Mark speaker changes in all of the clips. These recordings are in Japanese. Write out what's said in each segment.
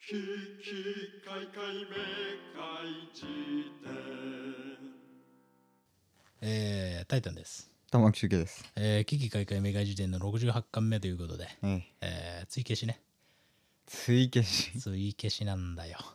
Speaker 1: ききかいかいめかいじ典
Speaker 2: タイタンです。
Speaker 3: 玉木集計です。
Speaker 2: 危機開会明快時点の68巻目ということで、追消しね。
Speaker 3: 追消し
Speaker 2: 追消しなんだよ。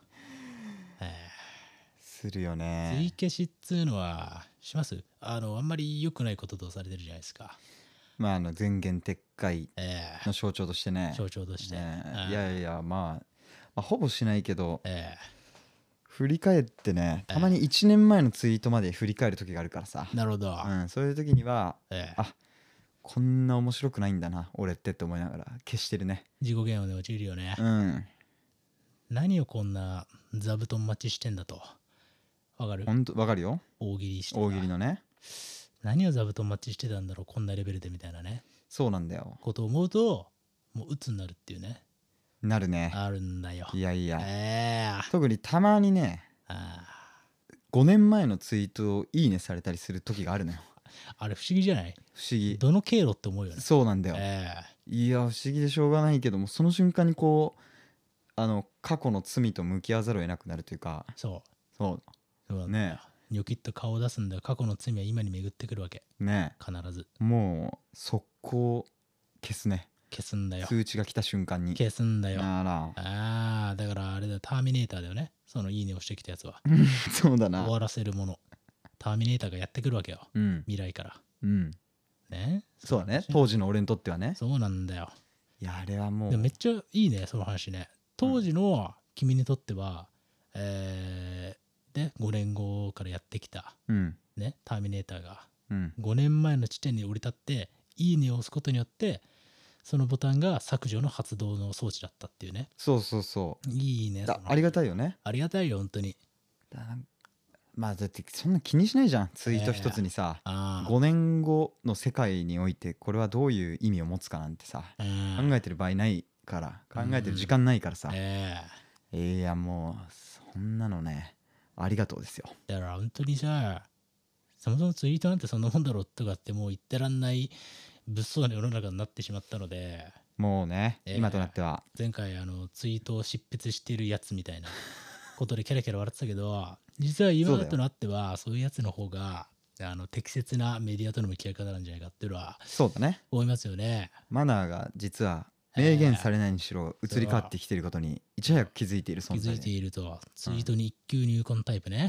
Speaker 3: するよ
Speaker 2: 追
Speaker 3: ね。
Speaker 2: 消しっつうのはします？あんまり良くないこととされてるじゃないですか。
Speaker 3: まあ前言撤回の象徴としてね。
Speaker 2: 象徴として。
Speaker 3: いやいや、まあほぼしないけど、
Speaker 2: え
Speaker 3: 振り返ってね、たまに1年前のツイートまで振り返る時があるからさ。
Speaker 2: なるほど。
Speaker 3: そういう時には、あ、こんな面白くないんだな俺ってって思いながら消してるね。
Speaker 2: 自己嫌悪で陥るよね。何をこんな座布団待ちしてんだと。わかる？
Speaker 3: ほんとわかるよ。
Speaker 2: 大喜利して
Speaker 3: 大喜利のね。
Speaker 2: 何を座布団待ちしてたんだろうこんなレベルでみたいなね。
Speaker 3: そうなんだよ。
Speaker 2: ことを思うともう鬱になるっていうね。
Speaker 3: なるね。
Speaker 2: あるんだよ。
Speaker 3: いやいや、特にたまにね、5年前のツイートをいいねされたりする時があるのよ。
Speaker 2: あれ不思議じゃない？
Speaker 3: 不思議。
Speaker 2: どの経路って思うよね。
Speaker 3: そうなんだよ。いや不思議でしょうがないけども、その瞬間にこう過去の罪と向き合わざるを得なくなるというか。
Speaker 2: そうなんだよ。ニョキッと顔を出すんだよ。過去の罪は今に巡ってくるわけね。必ず
Speaker 3: もう速攻消すね。
Speaker 2: 消すんだよ。
Speaker 3: 通知が来た瞬間に
Speaker 2: 消すんだよ。
Speaker 3: だ
Speaker 2: からあれだよ、ターミネーターだよね。そのいいねをしてきたやつは
Speaker 3: そうだな。
Speaker 2: 終わらせるもの。ターミネーターがやってくるわけよ、未来からね。
Speaker 3: そうだね、当時の俺にとってはね。
Speaker 2: そうなんだよ。
Speaker 3: いやあれはもう
Speaker 2: でめっちゃいいねその話ね。当時の君にとっては、で5年後からやってきた、ね、ターミネーターが、5年前の地点に降り立っていいねを押すことによってそのボタンが削除の発動の装置だったっていうね。
Speaker 3: そう
Speaker 2: いいね。
Speaker 3: ありがたいよね。
Speaker 2: ありがたいよ本当に。
Speaker 3: まあだってそんな気にしないじゃんツイート一つにさ、5年後の世界においてこれはどういう意味を持つかなんてさ、考えてる場合ないから、考えてる時間ないからさ、いやもうそんなのねありがとうですよ。
Speaker 2: だから本当にさ、そもそもツイートなんてそんなもんだろとかってもう言ってらんない物騒な世の中になってしまったので、
Speaker 3: もうね、今となっては
Speaker 2: 前回ツイートを執筆してるやつみたいなことでキャラキャラ笑ってたけど、実は今となってはそういうやつの方が適切なメディアとの向き合い方なんじゃないかっていうのは
Speaker 3: そうだね
Speaker 2: 思いますよね。
Speaker 3: マナーが実は明言されないにしろ移り変わってきていることにいち早く気づいている存在で、
Speaker 2: 気づいていると。ツイートに一級入魂タイプね。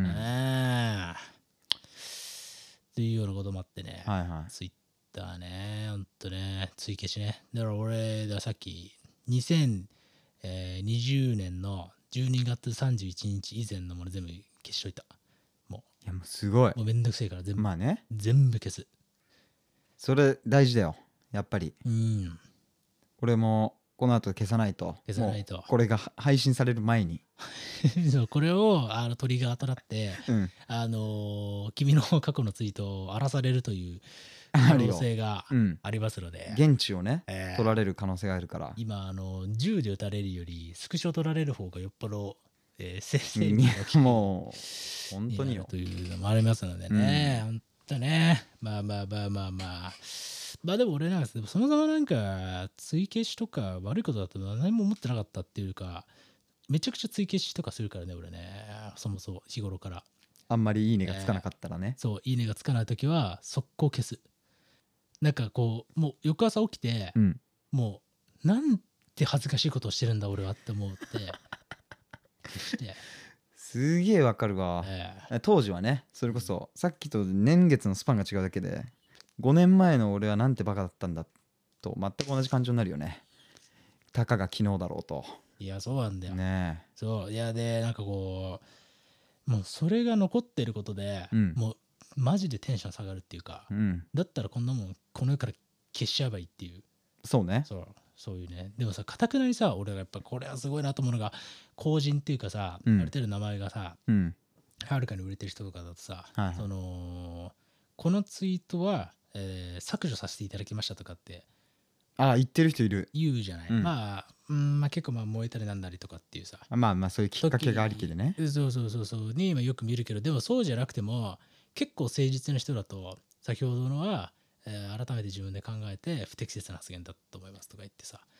Speaker 2: っていうようなこともあってね、ツイッターね、ほんとね、追消しね。だから俺がさっき2020年の12月31日以前のもの全部消しといた。もう
Speaker 3: いやもうすごい、
Speaker 2: もうめんどくせえから全部、全部消す。
Speaker 3: それ大事だよやっぱり。俺もこの後消さないと。これが配信される前に
Speaker 2: そう、これをトリガーとなって、君の過去のツイートを荒らされるという可能性がありますので、
Speaker 3: 現地をね、取られる可能性があるから。
Speaker 2: 今銃で撃たれるよりスクショ取られる方がよっぽど生命
Speaker 3: のもう本当によ
Speaker 2: というのもありますのでね、本当ね。まあでも俺なんかそもそもなんか追消しとか悪いことだと何も思ってなかったっていうか、めちゃくちゃ追消しとかするからね俺ね。そもそも日頃から
Speaker 3: あんまりいいねがつかなかったらね、
Speaker 2: そういいねがつかない時は速攻消す。なんかこうもう翌朝起きて、もうなんて恥ずかしいことをしてるんだ俺はって思って消して
Speaker 3: すげえわかるわ、当時はね。それこそさっきと年月のスパンが違うだけで5年前の俺はなんてバカだったんだと全く同じ感情になるよね。たかが昨日だろうと。
Speaker 2: いやそうなんだよ
Speaker 3: ね。
Speaker 2: そういやでなんかこうもうそれが残ってることで、もうマジでテンション下がるっていうか、だったらこんなもんこの世から消しちゃえばいいっていう。そういうね。でもさ、かたくなにさ、俺がやっぱこれはすごいなと思うのが、公人っていうかさ、ある程度名前がさ、はるかに売れてる人とかだとさ、このツイートは、削除させていただきましたとかって
Speaker 3: 言ってる人いる。
Speaker 2: 言うじゃない。まあ結構燃えたりなんだりとかっていうさ、
Speaker 3: まあそういうきっかけがありきでね。
Speaker 2: そうに今よく見るけど、でもそうじゃなくても結構誠実な人だと先ほどのは、改めて自分で考えて不適切な発言だと思いますとか言ってさ、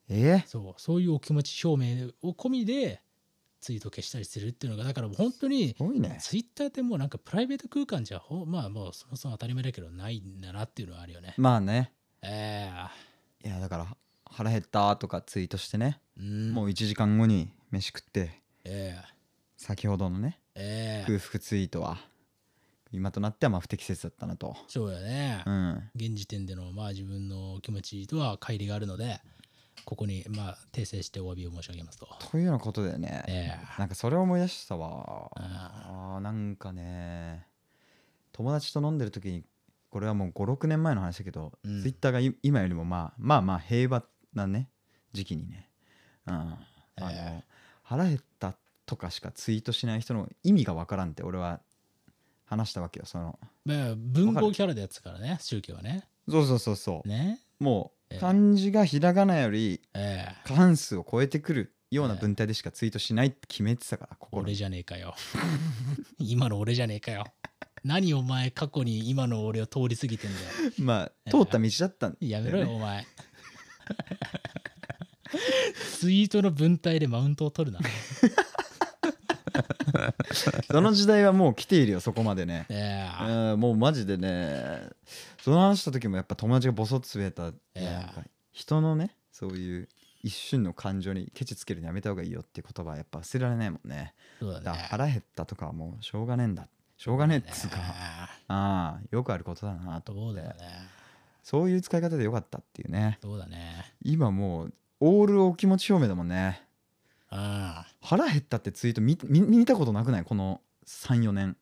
Speaker 2: そういうお気持ち表明を込みでツイート消したりするっていうのが、だから本当にツイッターってもうなんかプライベート空間じゃまあもうそもそも当たり前だけどないんだなっていうのはあるよね。
Speaker 3: まあね。いやだから腹減ったとかツイートしてね、もう1時間後に飯食って、先ほどのね、空腹ツイートは今となってはまあ不適切だったなと。
Speaker 2: そうやね、現時点でのまあ自分の気持ちとは乖離があるので、ここにまあ訂正してお詫びを申し上げますと。
Speaker 3: というようなことでね、なんかそれを思い出したわ。なんかね、友達と飲んでる時に、これはもう5、6年前の話だけど、ツイッターが今よりもまあ平和なね時期にね、腹減ったとかしかツイートしない人の意味がわからんって俺は話したわけよ。その
Speaker 2: 文豪キャラでやつからね、宗教はね。
Speaker 3: そう
Speaker 2: ね、
Speaker 3: もう漢字がひらがなより過半数を超えてくるような文体でしかツイートしないって決めてたから。
Speaker 2: 俺じゃねえかよ今の俺じゃねえかよ。何お前過去に今の俺を通り過ぎてんだよ。
Speaker 3: まあ通った道だったんだ
Speaker 2: よね。やめろよお前ツイートの文体でマウントを取るな
Speaker 3: その時代はもう来ているよ、そこまでね。もうマジでね、その話した時もやっぱ友達がボソッとつぶやいた、人のねそういう一瞬の感情にケチつけるのやめた方がいいよっていう言葉はやっぱ忘れられないもんね。だから腹減ったとかはもうしょうがねえんだ、しょうがねえっつうか、よくあることだなと思って、そういう使い方でよかったっていうね。
Speaker 2: そうだね。
Speaker 3: 今もうオールお気持ち表明だもんね。腹減ったってツイート見たことなくない？この3、4年。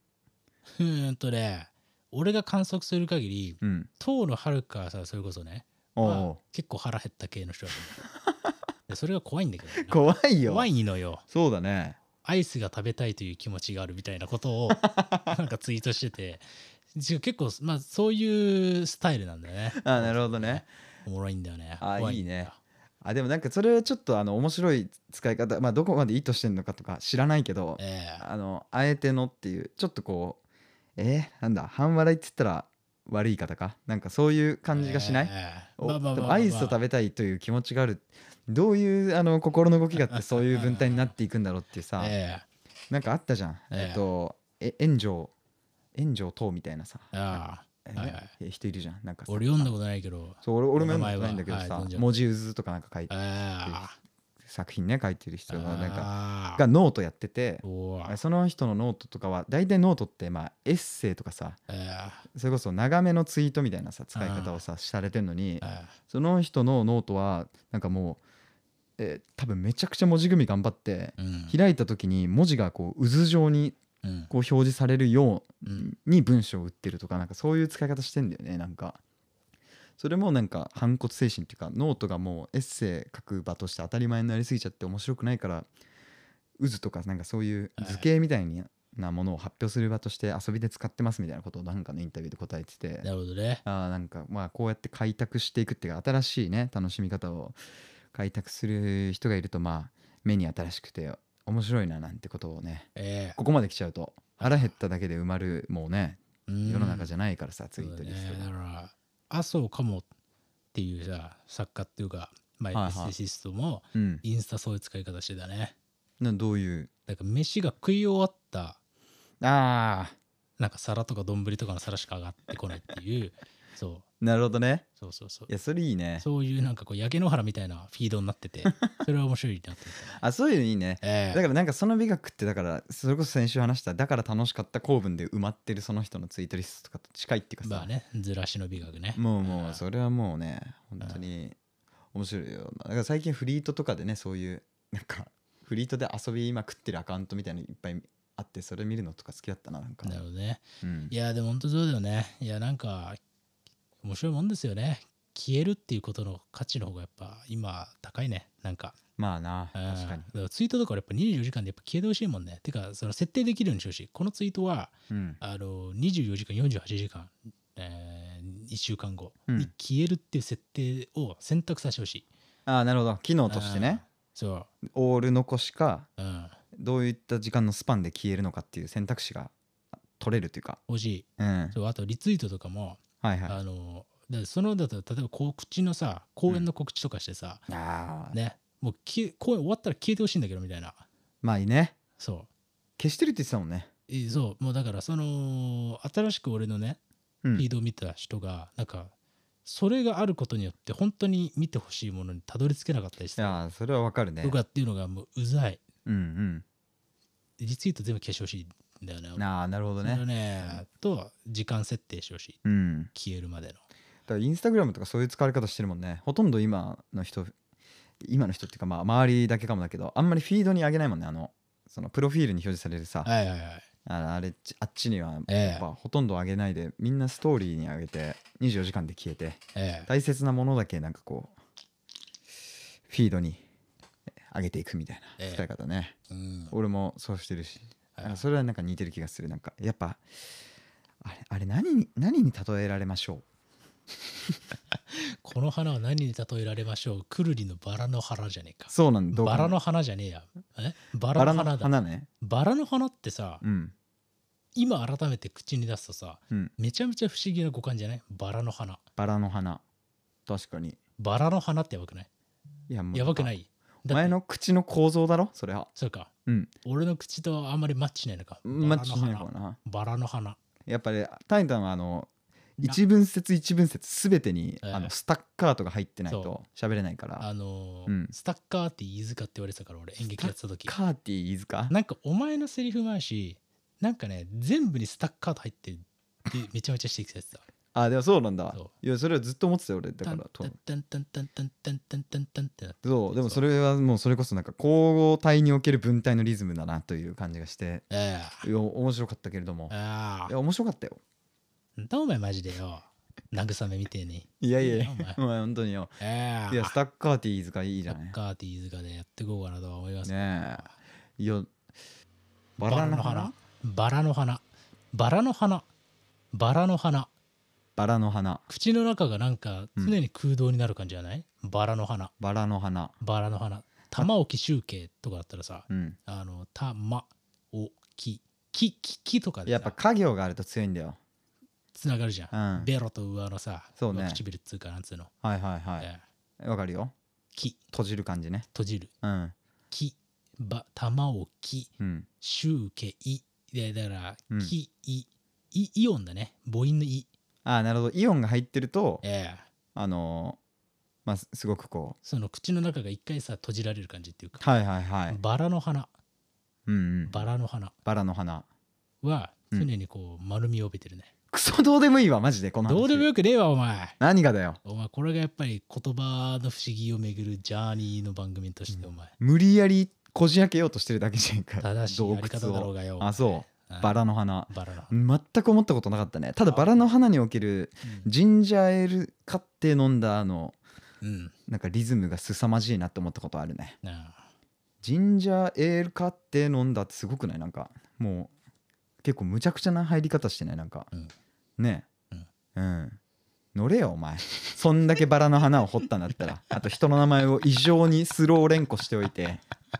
Speaker 2: 俺が観測する限り、当のはるかさ、それこそね、結構腹減った系の人だと思うそれが怖いんだけどね。
Speaker 3: 怖いよ。
Speaker 2: 怖いのよ。
Speaker 3: そうだね。
Speaker 2: アイスが食べたいという気持ちがあるみたいなことをなんかツイートしてて、結構まあそういうスタイルなんだよね。
Speaker 3: なるほどね。
Speaker 2: おもろいんだよね。
Speaker 3: いいね。でもなんかそれはちょっと面白い使い方、まあどこまで意図してんのかとか知らないけど、あえてのっていうちょっとこうなんだ半笑いって言ったら悪い言い方かなんかそういう感じがしない？アイスを食べたいという気持ちがある、どういう心の動きがあってそういう文体になっていくんだろうっていうさ、なんかあったじゃん。炎上等みたいなさ、人いるじゃん。なんか
Speaker 2: 俺読んだことないけど、
Speaker 3: 俺も読んだことないんだけどさ、文字渦とかなんか書いてる作品ね、書いてる人がなんかがノートやってて、その人のノートとかは大体ノートってまあエッセイとかさ、それこそ長めのツイートみたいなさ使い方をさされてるのに、その人のノートはなんかもう多分めちゃくちゃ文字組み頑張って開いた時に文字がこう渦状にこう表示されるように文章を打ってるとか、なんかそういう使い方してんだよね。なんかそれもなんか反骨精神っていうか、ノートがもうエッセイ書く場として当たり前になりすぎちゃって面白くないから、渦とかなんかそういう図形みたいなものを発表する場として遊びで使ってますみたいなことをなんかのインタビューで答えてて、
Speaker 2: なるほどね。
Speaker 3: なんかまあこうやって開拓していくっていうか、新しいね楽しみ方を開拓する人がいるとまあ目に新しくて面白いななんてことをね、ここまで来ちゃうと腹減っただけで埋まるもうね世の中じゃないからさ、ツイートリストが。
Speaker 2: だから麻生かもっていうさ作家っていうか、まあエッセシストもインスタそういう使い方してたね。
Speaker 3: どういう？
Speaker 2: だから飯が食い終わったなんか皿とか丼とかの皿しか上がってこないっていうそう
Speaker 3: なるほどね。
Speaker 2: そう
Speaker 3: いやそれいいね。
Speaker 2: そういうなんかこう焼け野原みたいなフィードになっててそれは面白いなって
Speaker 3: 思ったそういうのいいね。だからなんかその美学ってだからそれこそ先週話しただから楽しかった構文で埋まってるその人のツイートリストとかと近いっていうかさ、
Speaker 2: まあね、ずらしの美学ね。
Speaker 3: もうそれはもうね本当に面白いよ。だから最近フリートとかでね、そういうなんかフリートで遊びまくってるアカウントみたいなのいっぱいあって、それ見るのとか好きだったな。なんか
Speaker 2: なるほどね、いやでも本当そうだよね。いやなんか面白いもんですよね。消えるっていうことの価値の方がやっぱ今高いね。なんか
Speaker 3: まあな、確かに。だ
Speaker 2: からツイートとかやっぱ24時間でやっぱ消えてほしいもんね。てかその設定できるようにしてほしい。このツイートは、24時間48時間、1週間後に消えるっていう設定を選択させてほしい。
Speaker 3: なるほど、機能としてね。
Speaker 2: そう
Speaker 3: オール残しか、どういった時間のスパンで消えるのかっていう選択肢が取れるというか
Speaker 2: 欲しい。そうあとリツイートとかもでそのだと例えば告知のさ公演の告知とかしてさ、ねもう公演終わったら消えてほしいんだけどみたいな。
Speaker 3: まあいいね。
Speaker 2: そう
Speaker 3: 消してるって言ってたもんね。
Speaker 2: そうもうだからその新しく俺のねフィードを見た人がなんかそれがあることによって本当に見てほしいものにたどり着けなかったりして、
Speaker 3: いやそれはわかるね。
Speaker 2: とかっていうのがもううざい。
Speaker 3: うん
Speaker 2: リツイート全部消してほしいんだよね。
Speaker 3: なるほどね。
Speaker 2: それねと時間設定してほしい、消えるまでの。
Speaker 3: だからインスタグラムとかそういう使われ方してるもんね。ほとんど今の人っていうかまあ周りだけかもだけど、あんまりフィードに上げないもんね。そのプロフィールに表示されるさ、あっちにはやっぱほとんど上げないで、みんなストーリーに上げて24時間で消えて、大切なものだけなんかこうフィードに上げていくみたいな使い方ね。俺もそうしてるし、それはなんか似てる気がする。なんかやっぱあれ何に例えられましょう
Speaker 2: この花は何に例えられましょう。くるりのバラの花じゃねえか。
Speaker 3: そうなんだ。
Speaker 2: バラの花じゃねえや。バラの花だ。
Speaker 3: 花ね。
Speaker 2: バラの花ってさ、今改めて口に出すとさ、めちゃめちゃ不思議な語感じゃない？バラの花。
Speaker 3: バラの花。確かに。
Speaker 2: バラの花ってやばくない？
Speaker 3: いやもう
Speaker 2: やばくない？
Speaker 3: 前の口の構造だろそれは。
Speaker 2: そうか。俺の口とあんまりマッチしないのか。
Speaker 3: マッチしないのかな。
Speaker 2: バラの花。
Speaker 3: やっぱりタイタンは一文節すべてにスタッカートが入ってないと喋れないから。
Speaker 2: スタッカーティー飯塚って言われてたから俺演劇やってた時。
Speaker 3: スタッカーティー飯塚？
Speaker 2: なんかお前のセリフ回しなんかね全部にスタッカート入ってるってめちゃめちゃ指摘されてた。
Speaker 3: あでもそうなんだ。いやそれはずっと思ってたよ俺。だからそうでもそれはもうそれこそなんか交互体における文体のリズムだなという感じがして、いや面白かったけれども、いや面白かったよ。
Speaker 2: だお前マジでよ慰めみてえに。
Speaker 3: いやお前本当によ。いやスタッカーティーズがいいじゃない。
Speaker 2: スタッカーティーズがでやっていこうかなとは思います
Speaker 3: ね。いやバラの花
Speaker 2: バラの花バラの花バラの花
Speaker 3: バラの花。
Speaker 2: 口の中がなんか常に空洞になる感じじゃない？バラの花
Speaker 3: バラの花
Speaker 2: バラの花。玉置集計とかだったらさ、玉置木とかでさ
Speaker 3: やっぱ家業があると強いんだよ。
Speaker 2: つながるじゃん、ベロと上のさ、
Speaker 3: そうね、
Speaker 2: 唇っつうかなんつうの。
Speaker 3: はいわかるよ。
Speaker 2: 木
Speaker 3: 閉じる感じね。
Speaker 2: 閉じる。木玉置集計でだから木イオンだね。母音のイ。
Speaker 3: なるほど。イオンが入ってるとまあすごくこう
Speaker 2: その口の中が一回さ閉じられる感じっていうか。バラの花バラの花
Speaker 3: バラの花
Speaker 2: は常にこう丸みを帯びてるね。
Speaker 3: クソどうでもいいわマジでこの話。
Speaker 2: どうでもよくねえわお前。
Speaker 3: 何がだよ
Speaker 2: お前。これがやっぱり言葉の不思議をめぐるジャーニーの番組としてお前、
Speaker 3: 無理やりこじ開けようとしてるだけじゃんか。
Speaker 2: 正しいやり方だろうがよ。
Speaker 3: そうバラの花全く思ったことなかったね。ただバラの花におけるジンジャーエール買って飲んだなんかリズムが凄まじいなって思ったことあるね。ジンジャーエール買って飲んだってすごくない？なんかもう結構むちゃくちゃな入り方してない？なんかね乗れよお前。そんだけバラの花を掘ったんだったらあと人の名前を異常にスロー連呼しておいて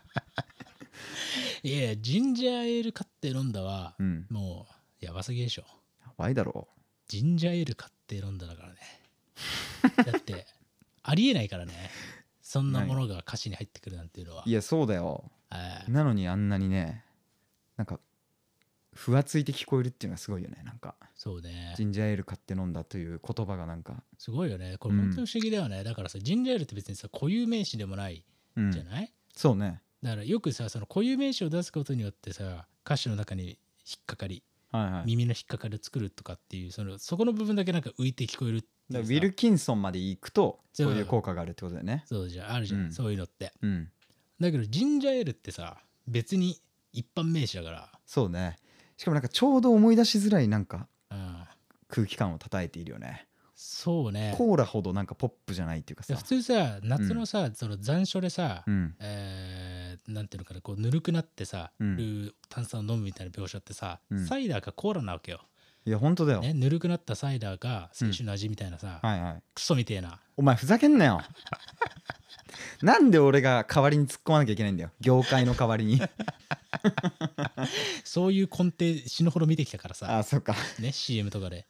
Speaker 2: いやジンジャーエール買って飲んだは、もうやばすぎでしょ。
Speaker 3: やばいだろ。
Speaker 2: ジンジャーエール買って飲んだだからねだってありえないからねそんなものが歌詞に入ってくるなんていうのは。
Speaker 3: いやそうだよ。なのにあんなにねなんかふわついて聞こえるっていうのはすごいよね。なんか
Speaker 2: そうね。
Speaker 3: ジンジャーエール買って飲んだという言葉がなんか
Speaker 2: すごいよね。これ本当に不思議だよね、だからさジンジャーエールって別にさ固有名詞でもないじゃない、
Speaker 3: そうね。
Speaker 2: だからよくさその固有名詞を出すことによってさ歌詞の中に引っかかり、耳の引っかかりを作るとかっていうそこの部分だけなんか浮いて聞こえるっていう。
Speaker 3: ウィルキンソンまで行くとそういう効果があるってことだよね。
Speaker 2: そうじゃあるじゃん、そういうのって、だけどジンジャーエールってさ別に一般名詞だから。
Speaker 3: そうね。しかもなんかちょうど思い出しづらいなんか空気感を叩いているよね。
Speaker 2: そうね。
Speaker 3: コーラほどなんかポップじゃないっていうかさ。
Speaker 2: 普通さ夏のさ、その残暑でさ、なんていうのかなこうぬるくなってさ、炭酸を飲むみたいな描写ってさ、サイダーかコーラなわけよ。
Speaker 3: いや本当だよ、
Speaker 2: ぬるくなったサイダーが青春の味みたいなさ、クソみてえな。
Speaker 3: お前ふざけんなよなんで俺が代わりに突っ込まなきゃいけないんだよ業界の代わりに
Speaker 2: そういう根底死ぬほど見てきたからさ。
Speaker 3: そうか
Speaker 2: ね CM とかで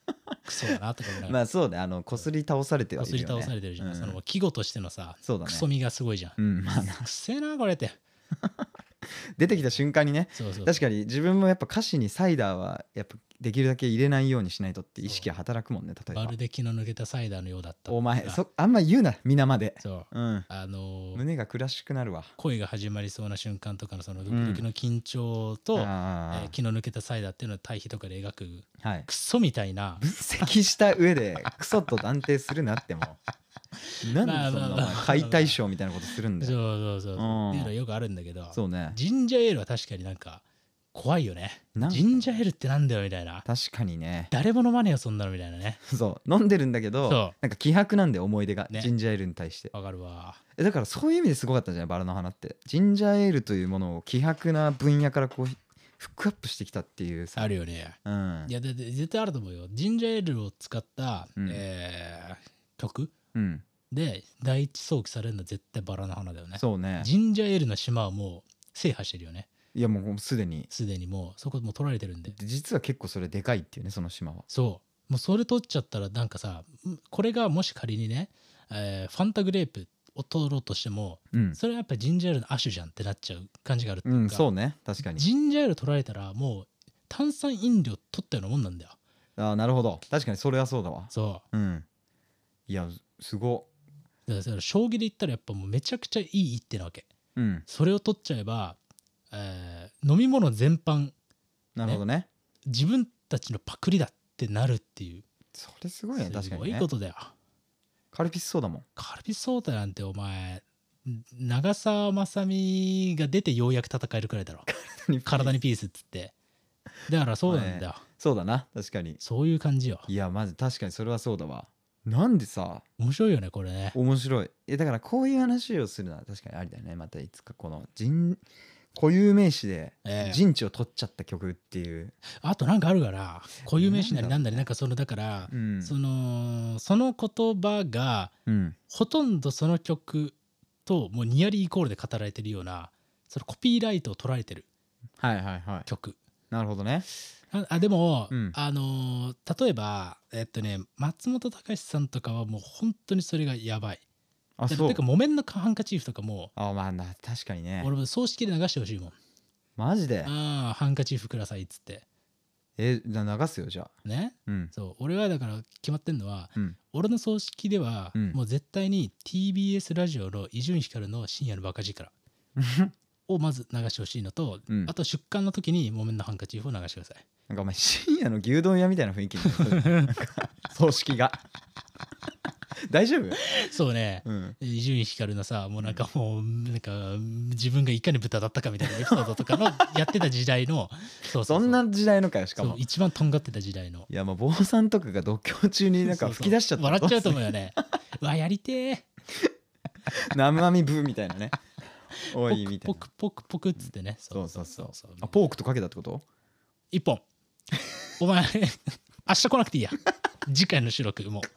Speaker 2: クソだなとか思いながら
Speaker 3: まあそうね、こすり倒されてはいるよね。
Speaker 2: こすり倒されてるじゃん、その季語としてのさ、
Speaker 3: そうだね、
Speaker 2: クソみがすごいじゃん、
Speaker 3: まあ
Speaker 2: くせえなこれって
Speaker 3: 出てきた瞬間にね、確かに自分もやっぱ歌詞にサイダーはやっぱできるだけ入れないようにしないとって意識は働くもんね。例えば
Speaker 2: まるで気の抜けたサイダーのようだった。
Speaker 3: お前あんま言うな皆まで。
Speaker 2: そう、
Speaker 3: 胸が苦しくなるわ。
Speaker 2: 恋が始まりそうな瞬間とかのそのドキドキの緊張と、気の抜けたサイダーっていうのを対比とかで描く、クソみたいな
Speaker 3: 分析した上でクソと断定するなってもなんでそんな解体ショーみたいなことするんだよ。
Speaker 2: そうっていうのはよくあるんだけど、
Speaker 3: そうね、
Speaker 2: ジンジャーエールは確かになんか怖いよね。ジンジャーエールってなんだよみたいな。
Speaker 3: 確かにね、
Speaker 2: 誰も飲まねえよそんなのみたいなね。
Speaker 3: そう飲んでるんだけど、なんか希薄なんで思い出が、ジンジャーエールに対して。
Speaker 2: わかるわ。
Speaker 3: だからそういう意味ですごかったんじゃない、バラの花って。ジンジャーエールというものを希薄な分野からこうフックアップしてきたっていうさ。
Speaker 2: あるよね。いや絶対あると思うよ。ジンジャーエールを使った、曲、で第一想起されるのは絶対バラの花だよね。
Speaker 3: そうね。
Speaker 2: ジンジャーエールの島はもう制覇してるよね。
Speaker 3: いやもうすでに
Speaker 2: もうそこもう取られてるんで。
Speaker 3: 実は結構それでかいっていうね、その島は。
Speaker 2: そうもうそれ取っちゃったらなんかさ、これがもし仮にね、ファンタグレープを取ろうとしても、それはやっぱりジンジャーエールの亜種じゃんってなっちゃう感じがあるっていうか、
Speaker 3: そうね、確かに
Speaker 2: ジンジャーエール取られたらもう炭酸飲料取ったようなもんなんだよ。
Speaker 3: なるほど、確かにそれはそうだわ。いやすご
Speaker 2: だから将棋で言ったらやっぱもうめちゃくちゃいい一手なわけ。それを取っちゃえば、飲み物全般、
Speaker 3: なるほどね、
Speaker 2: 自分たちのパクリだってなるっていう。
Speaker 3: それすごいね、確かにね。
Speaker 2: すごいことだよ。
Speaker 3: カルピスソーダも。
Speaker 2: カルピスソーダなんてお前長澤まさみが出てようやく戦えるくらいだろ体にピースっつって。だからそうなんだよ、
Speaker 3: そうだな、確かに
Speaker 2: そういう感じよ。
Speaker 3: いやまず確かにそれはそうだわ。なんでさ、
Speaker 2: 面白いよねこれね。
Speaker 3: 面白い。だからこういう話をするのは確かにありだよね。またいつかこの固有名詞で陣地を取っちゃった曲っていう、
Speaker 2: あとなんかあるから固有名詞なりなんだり、なんかそのだから、その言葉が、ほとんどその曲ともうニアリーイコールで語られてるような、そのコピーライトを取られてる曲。
Speaker 3: なるほどね。
Speaker 2: でも、例えば松本隆さんとかはもう本当にそれがやばい。てか木綿のハンカチーフとかも、
Speaker 3: まあ確かにね。
Speaker 2: 俺も葬式で流してほしいもん。
Speaker 3: マジで。
Speaker 2: ハンカチーフくださいっつって。
Speaker 3: 流すよじゃあ。
Speaker 2: ね。そう俺はだから決まってんのは、俺の葬式では、もう絶対に TBS ラジオの伊集院光の深夜のバカ力をまず流してほしいのと、あと出棺の時に木綿のハンカチーフを流してください。
Speaker 3: なんかお前深夜の牛丼屋みたいな雰囲気に葬式が大丈夫？
Speaker 2: そうね、伊集院光のさ、もうなんか自分がいかに豚だったかみたいなエピソードとかのやってた時代の
Speaker 3: そんな時代のかよ。しかも
Speaker 2: 一番とんがってた時代の。
Speaker 3: いやまあ坊さんとかが独協中になんか吹き出しちゃった
Speaker 2: 笑っちゃうと思うよねわやりてえ
Speaker 3: 生身ブーみたいなねおいみたいな
Speaker 2: ポクっつってね。
Speaker 3: そうポークとかけたってこと？
Speaker 2: 一本お前明日来なくていいや次回の収録もう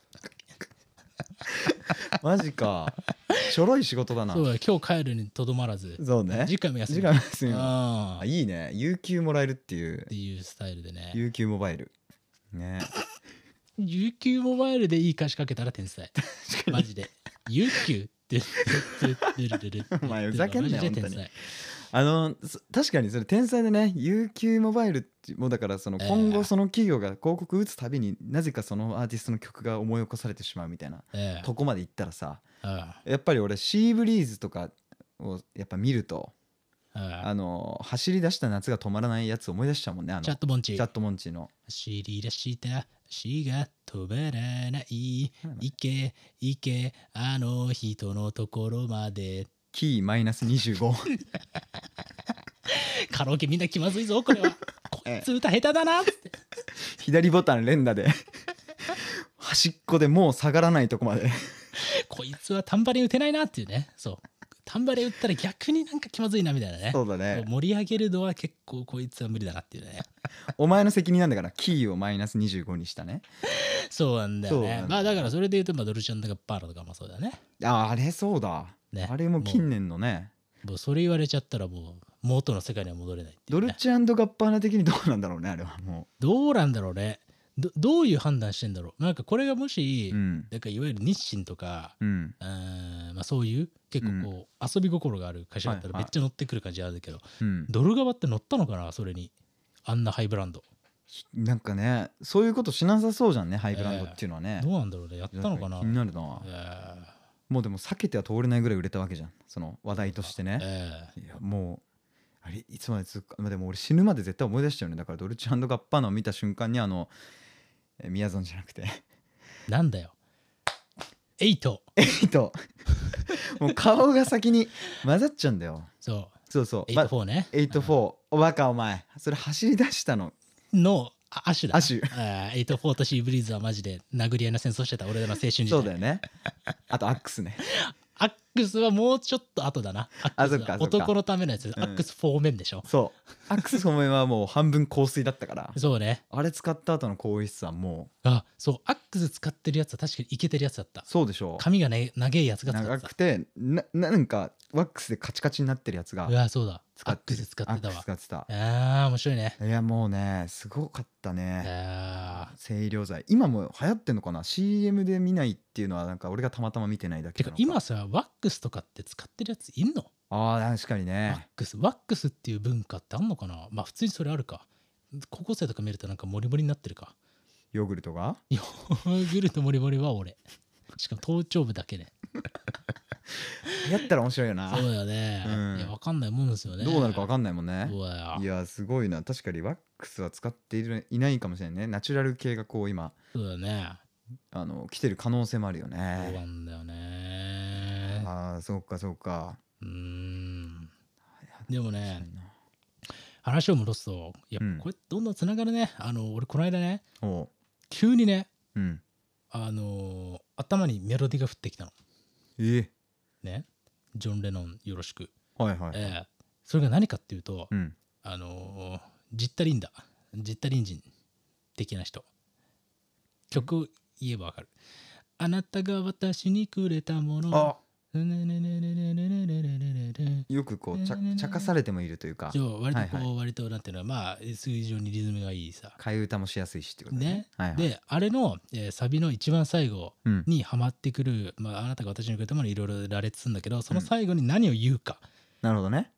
Speaker 3: マジか、ちょろい仕事だな。
Speaker 2: そうだ、今日帰るにとどまらず、
Speaker 3: そうね、
Speaker 2: 次回も休み。
Speaker 3: いいね、有給もらえるっていう
Speaker 2: スタイルでね。
Speaker 3: 有給モバイルね
Speaker 2: 有給モバイルでいい歌詞かけたら天才マジで有給って
Speaker 3: お前ふざけんなよ本当に。確かにそれ天才でね。有給モバイルもだからその今後その企業が広告打つたびになぜかそのアーティストの曲が思い起こされてしまうみたいなとこまで行ったらさ、やっぱり俺シーブリーズとかをやっぱ見ると走り出した夏が止まらないやつ思い出しちゃうもんね。
Speaker 2: チャットモンチ
Speaker 3: ーの
Speaker 2: 走り出した足が止まらない行け行けあの人のところまで
Speaker 3: キーマイナス25
Speaker 2: カラオケみんな気まずいぞこれはこいつ歌下手だなって
Speaker 3: 左ボタン連打で端っこでもう下がらないとこまで
Speaker 2: こいつはタンバリン打てないなっていうね。そうタンバリン打ったら逆になんか気まずいなみたいなね。
Speaker 3: そうだね、
Speaker 2: 盛り上げるのは結構こいつは無理だなっていうね
Speaker 3: お前の責任なんだからキーをマイナス25にしたね。
Speaker 2: そうなんだよね。まあだからそれで言うとドルチェ&ガッバーナとかもそうだね。
Speaker 3: あれそうだ、ね、あれも近年のね。
Speaker 2: もうそれ言われちゃったらもう元の世界には戻れないっていう、ね、
Speaker 3: ドルチェ&ガッバーナ的にどうなんだろうねあれは。もう
Speaker 2: どうなんだろうね。 どういう判断してんだろう。なんかこれがもし、
Speaker 3: うん
Speaker 2: なんかいわゆる日清とか、
Speaker 3: うん
Speaker 2: まあ、そういう結構こう、遊び心がある会社だったらめっちゃ乗ってくる感じあるけど、ドル側って乗ったのかなそれに、あんなハイブランド。
Speaker 3: なんかねそういうことしなさそうじゃんね、ハイブランドっていうのはね。
Speaker 2: どうなんだろうね、やったのかな。
Speaker 3: 気になるな。もうでも避けては通れないぐらい売れたわけじゃん、その話題としてね。いやもうあれいつまで続くか、まあ、でも俺死ぬまで絶対思い出しちゃうね。だからドルチェ&ガッパーナを見た瞬間にミヤゾンじゃなくて
Speaker 2: なんだよエイト
Speaker 3: もう顔が先に混ざっちゃうんだよ。そう
Speaker 2: 84ね、
Speaker 3: 84おバカお前、それ走り出したの
Speaker 2: アシュ84とシーブリーズはマジで殴り合いの戦争してた俺らの青春時代。
Speaker 3: そうだよね。あとアックスね
Speaker 2: アックスはもうちょっと後だな。アックスは男のためのやつ、アックス4面でしょ。
Speaker 3: そうアックス4面はもう半分香水だったから
Speaker 2: そうね、
Speaker 3: あれ使った後の更衣室はも
Speaker 2: うそうアックス使ってるやつは確かにイケてるやつだった。
Speaker 3: そうでしょう。
Speaker 2: 髪がね長いやつが使ってた。
Speaker 3: 長くてなんかワックスでカチカチになってるやつが
Speaker 2: そうだアックス使ってたわ。
Speaker 3: 使ってた。
Speaker 2: 面白いね。
Speaker 3: いやもうねすごかったね。清涼剤今も流行ってんのかな。 CM で見ないっていうのはなんか俺がたまたま見てないだけなのか。
Speaker 2: てか今さワックスとかって使ってるやついんの？
Speaker 3: 確かにね。
Speaker 2: ワックスっていう文化ってあんのかな。まあ普通にそれあるか。高校生とか見るとなんかモリモリになってるか。
Speaker 3: ヨーグルトが
Speaker 2: ヨーグルトモリモリは俺。しかも頭頂部だけね
Speaker 3: やったら面白いよな。
Speaker 2: そうだよね、いや分かんないもんですよね。
Speaker 3: どうなるか分かんないもんね。
Speaker 2: そうだよ。
Speaker 3: いやすごいな。確かにワックスは使っていないかもしれないね。ナチュラル系がこう今
Speaker 2: そうだね
Speaker 3: 来てる可能性もあるよ
Speaker 2: そう
Speaker 3: ね。
Speaker 2: なんだよね。
Speaker 3: そうか。
Speaker 2: でもね話を戻すとこれどんどんつながるね。俺この間ね急にね頭にメロディーが降ってきたの。ね、ジョン・レノンよろしく。それが何かっていうと、ジッタリンジン的な人。曲言えばわかる。あなたが私にくれたもの。
Speaker 3: よくこう茶化されてもいるというか、
Speaker 2: 割となんていうのはまあ非常にリズムがいいさ。
Speaker 3: 替え歌もしやすいしってこと
Speaker 2: ね。であれのサビの一番最後にハマってくる、あなたが私にくれたものいろいろ羅列するんだけど、その最後に何を言うか。
Speaker 3: なるほどね。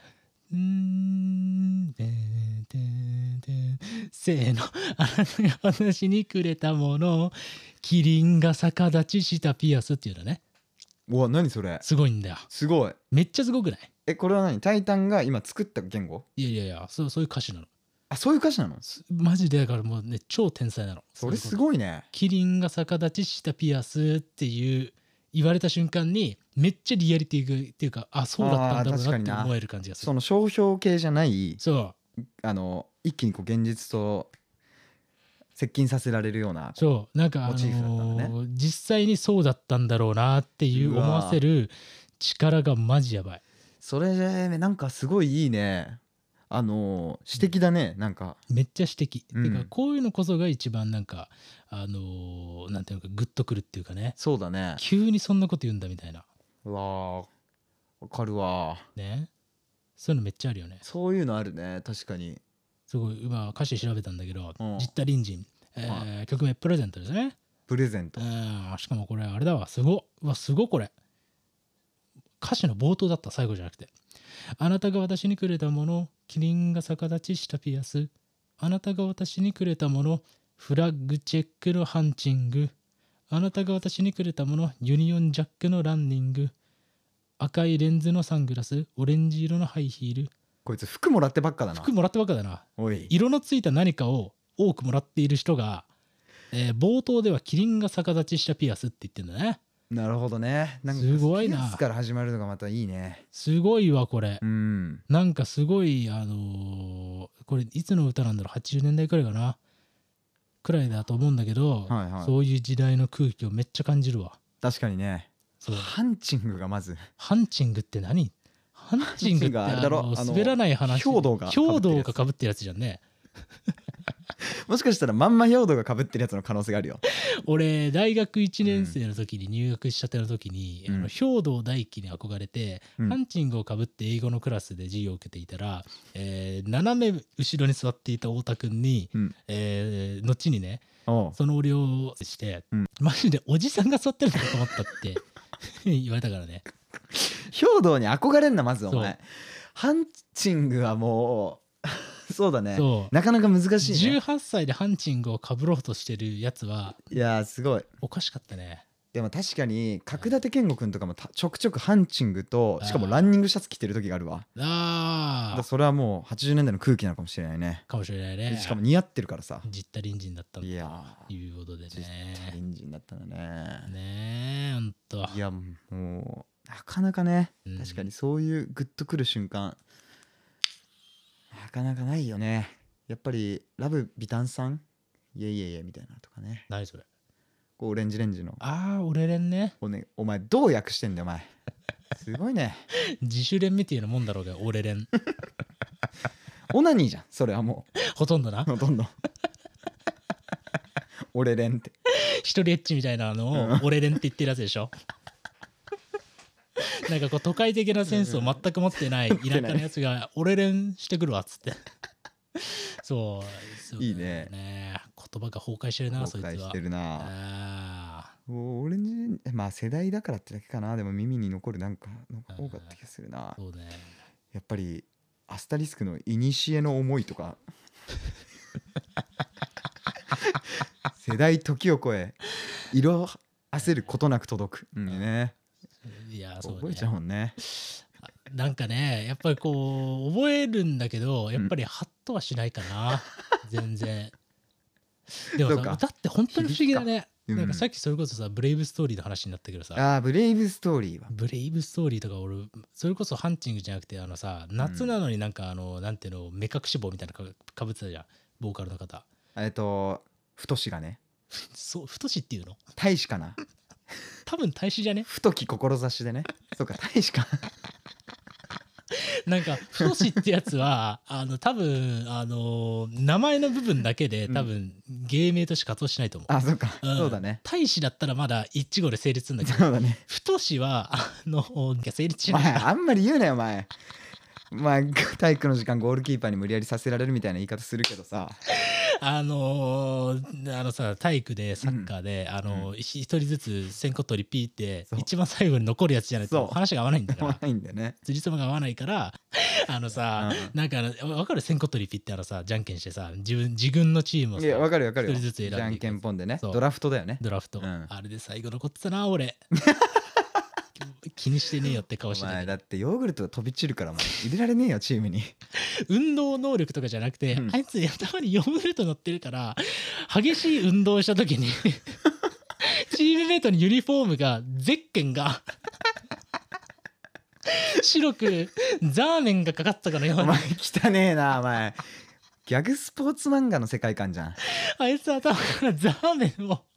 Speaker 2: せーの、あなたが私にくれたもの、キリンが逆立ちしたピアスっていうのね。
Speaker 3: うわ何それ。
Speaker 2: すごいんだよ。
Speaker 3: すごい。
Speaker 2: めっちゃすごくない？
Speaker 3: これは何？タイタンが今作った言語？
Speaker 2: いやそういう歌詞なの。
Speaker 3: そういう歌詞なの？
Speaker 2: マジでだからもうね超天才なの。
Speaker 3: それすごいね。
Speaker 2: キリンが逆立ちしたピアスっていう言われた瞬間にめっちゃリアリティっていうかそうだったんだろうなって思える感じがする。
Speaker 3: その商標系じゃない。
Speaker 2: そう
Speaker 3: 一気にこう現実と接近させられるような
Speaker 2: なんか
Speaker 3: モチーフだったんだね。
Speaker 2: 実際にそうだったんだろうなっていう思わせる力がマジやばい。
Speaker 3: それなんかすごいいいね。詩的だね。なんか
Speaker 2: めっちゃ詩的、てかこういうのこそが一番なんかなんていうのかグッとくるっていうかね。
Speaker 3: そうだね。
Speaker 2: 急にそんなこと言うんだみたいな。
Speaker 3: わかるわ
Speaker 2: ね。そういうのめっちゃあるよね。
Speaker 3: そういうのあるね。確かに
Speaker 2: すごい今歌詞調べたんだけど、ジッタリンジン、曲名プレゼントですね。
Speaker 3: プレゼント。
Speaker 2: しかもこれあれだわ、すごこれ歌詞の冒頭だった、最後じゃなくて。あなたが私にくれたもの、キリンが逆立ちしたピアス。あなたが私にくれたもの、フラッグチェックのハンチング。あなたが私にくれたもの、ユニオンジャックのランニング。赤いレンズのサングラス、オレンジ色のハイヒール。
Speaker 3: こいつ服もらってばっかだな。
Speaker 2: 服もらってばっかだな。
Speaker 3: おい。
Speaker 2: 色のついた何かを多くもらっている人が、冒頭ではキリンが逆立ちしたピアスって言ってんだね。
Speaker 3: なるほどね。なんか
Speaker 2: すごいな。
Speaker 3: ピアスから始まるのがまたいいね。
Speaker 2: すごいわこれ。
Speaker 3: なん
Speaker 2: かすごいこれいつの歌なんだろう、80年代くらいかなくらいだと思うんだけど、そういう時代の空気をめっちゃ感じるわ。
Speaker 3: 確かにね。ハンチングがまず。
Speaker 2: ハンチングって何？ハンチングって滑らない話。
Speaker 3: 兵道が
Speaker 2: かぶってるやつじゃんね。
Speaker 3: もしかしたらまんま兵頭が被ってるやつの可能性があるよ。
Speaker 2: 俺大学1年生の時に入学したての時に、兵頭大輝に憧れて、ハンチングをかぶって英語のクラスで授業を受けていたら、斜め後ろに座っていた太田君に、後にねその俺をして、マジでおじさんが座ってるのかと思ったって言われたからね。
Speaker 3: 兵頭に憧れんなまずお前。ハンチングはもうそうだね、なかなか難しいね。
Speaker 2: 18歳でハンチングをかぶろうとしてるやつは、
Speaker 3: いやすごい
Speaker 2: おかしかったね。
Speaker 3: でも確かに角館健吾くんとかもちょくちょくハンチングと、しかもランニングシャツ着てる時があるわ。それはもう80年代の空気なのかもしれないね。
Speaker 2: かもしれないね。
Speaker 3: しかも似合ってるからさ。
Speaker 2: ジッタリンジンだったんだということでね。
Speaker 3: ジッタリンジンだったんだね。
Speaker 2: ねえほんと。
Speaker 3: いやもうなかなかね、確かにそういうグッとくる瞬間なかなかないよね。やっぱりラブビタンさんイエイエイエイみたいなとかね。
Speaker 2: 何それ。
Speaker 3: こうオレンジレンジの。
Speaker 2: オレレンね。
Speaker 3: お前どう訳してんだよお前。すごいね。
Speaker 2: 自主練みたいなもんだろうがオレレン。
Speaker 3: オナニーじゃんそれはも
Speaker 2: う。ほとんどな。
Speaker 3: ほとんど。オレレンって。
Speaker 2: 一人エッチみたいなのをオレレンって言ってるやつでしょ。なんかこう都会的なセンスを全く持ってない田舎のやつが「俺連してくるわ」っつってそう
Speaker 3: いいね。
Speaker 2: 言葉が崩壊してるなそいつは。
Speaker 3: 崩壊してるな。オレンジまあ世代だからってだけかな。でも耳に残るなんか多かった気がするな。
Speaker 2: そうね。
Speaker 3: やっぱりアスタリスクの古の思いとか世代時を超え色あせることなく届くね。
Speaker 2: いやそうね、
Speaker 3: 覚えちゃうもんね。
Speaker 2: なんかねやっぱりこう覚えるんだけどやっぱりハッとはしないかな、全然。でもさ歌って本当に不思議だね。なんかさっきそれこそさブレイブストーリーの話になったけどさ、
Speaker 3: ブレイブストーリーは
Speaker 2: ブレイブストーリーとか俺それこそハンチングじゃなくてさ夏なのになんかなんていうの目隠し帽みたいなのかぶってたじゃんボーカルの方。
Speaker 3: 太しがね。
Speaker 2: そう太しっていうの
Speaker 3: 大使かな。
Speaker 2: 多分大使じゃね。
Speaker 3: 太き志でね。そうか大使か。
Speaker 2: なんか太しってやつは多分名前の部分だけで多分芸名として活動しないと思う。
Speaker 3: そうか、そうだね。
Speaker 2: 大使だったらまだ一語で成立するんだけど、
Speaker 3: そうだね。
Speaker 2: 太しは成立しない。
Speaker 3: あんまり言うなよお前。体育の時間ゴールキーパーに無理やりさせられるみたいな言い方するけどさ、
Speaker 2: さ体育でサッカーで一人ずつ1000個取りピーって一番最後に残るやつじゃないと話が合わないんだから。辻褄が合わないからなんか分かる1000個取りピーってじゃんけんしてさ自分のチームをさ
Speaker 3: 分かる
Speaker 2: 一人ずつ選んで
Speaker 3: じゃんけんぽんでね。ドラフトだよね。
Speaker 2: ドラフト、あれで最後残ってたな俺。気にしてねえよって顔してた。
Speaker 3: だってヨーグルト飛び散るから入れられねえよチームに。
Speaker 2: 運動能力とかじゃなくて、あいつ頭にヨーグルト乗ってるから激しい運動をした時にチームメイトにユニフォームがゼッケンが白くザーメンがかかったかのように。
Speaker 3: お前汚ねえなお前。ギャグスポーツ漫画の世界観じゃん。
Speaker 2: あいつ頭からザーメンを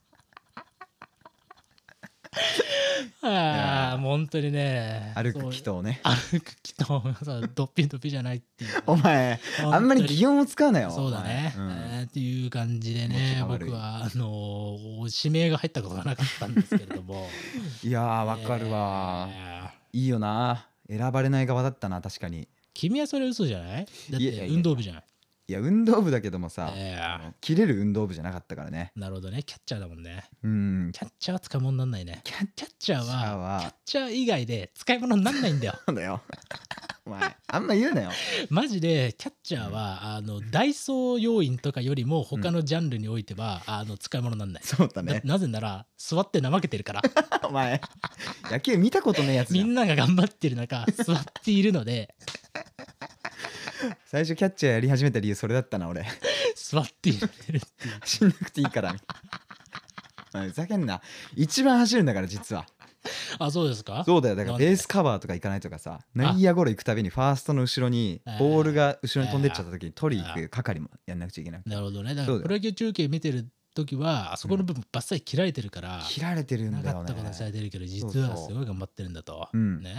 Speaker 2: もう本当にね
Speaker 3: 歩く祈祷ね。
Speaker 2: 歩く祈祷さドッピンドッピじゃないっていう。
Speaker 3: お前あんまり擬音を使うなよ。
Speaker 2: そうだね、っていう感じでね僕は指名が入ったことがなかったんですけれども
Speaker 3: いやわかるわ、いいよな。選ばれない側だったな確かに。
Speaker 2: 君はそれ嘘じゃない？だって運動部じゃない。
Speaker 3: いや運動部だけどもさ、切れる運動部じゃなかったからね。
Speaker 2: なるほどね。キャッチャーだもんね。
Speaker 3: キャ
Speaker 2: ッチャーは使い物になんないね。キャッチャーはキャッチャー以外で使い物になんないんだよ。
Speaker 3: そうだよ。お前あんま言うなよ。
Speaker 2: マジでキャッチャーはダイソー要員とかよりも他のジャンルにおいては使い物になんない。
Speaker 3: そうだね。
Speaker 2: なぜなら座って怠けてるから。
Speaker 3: お前野球見たことねえやつじゃん。
Speaker 2: みんなが頑張ってる中座っているので。
Speaker 3: 最初キャッチャーやり始めた理由それだったな俺。
Speaker 2: 座っているっていう。
Speaker 3: 走んなくていいからふざけんな。一番走るんだから実は。
Speaker 2: あ、そうですか。
Speaker 3: そうだよ。だからベースカバーとか行かないとかさ、内野ゴロ行くたびにファーストの後ろにボールが後ろに飛んでっちゃった時に取り行く係もやんなくちゃいけない。
Speaker 2: なるほどね。だからプロ野球中継見てる時はあそこの部分バッサリ切られてるから、
Speaker 3: 切られてるんだよね。
Speaker 2: なかったことされてるけど実はすごい頑張ってるんだと、ね。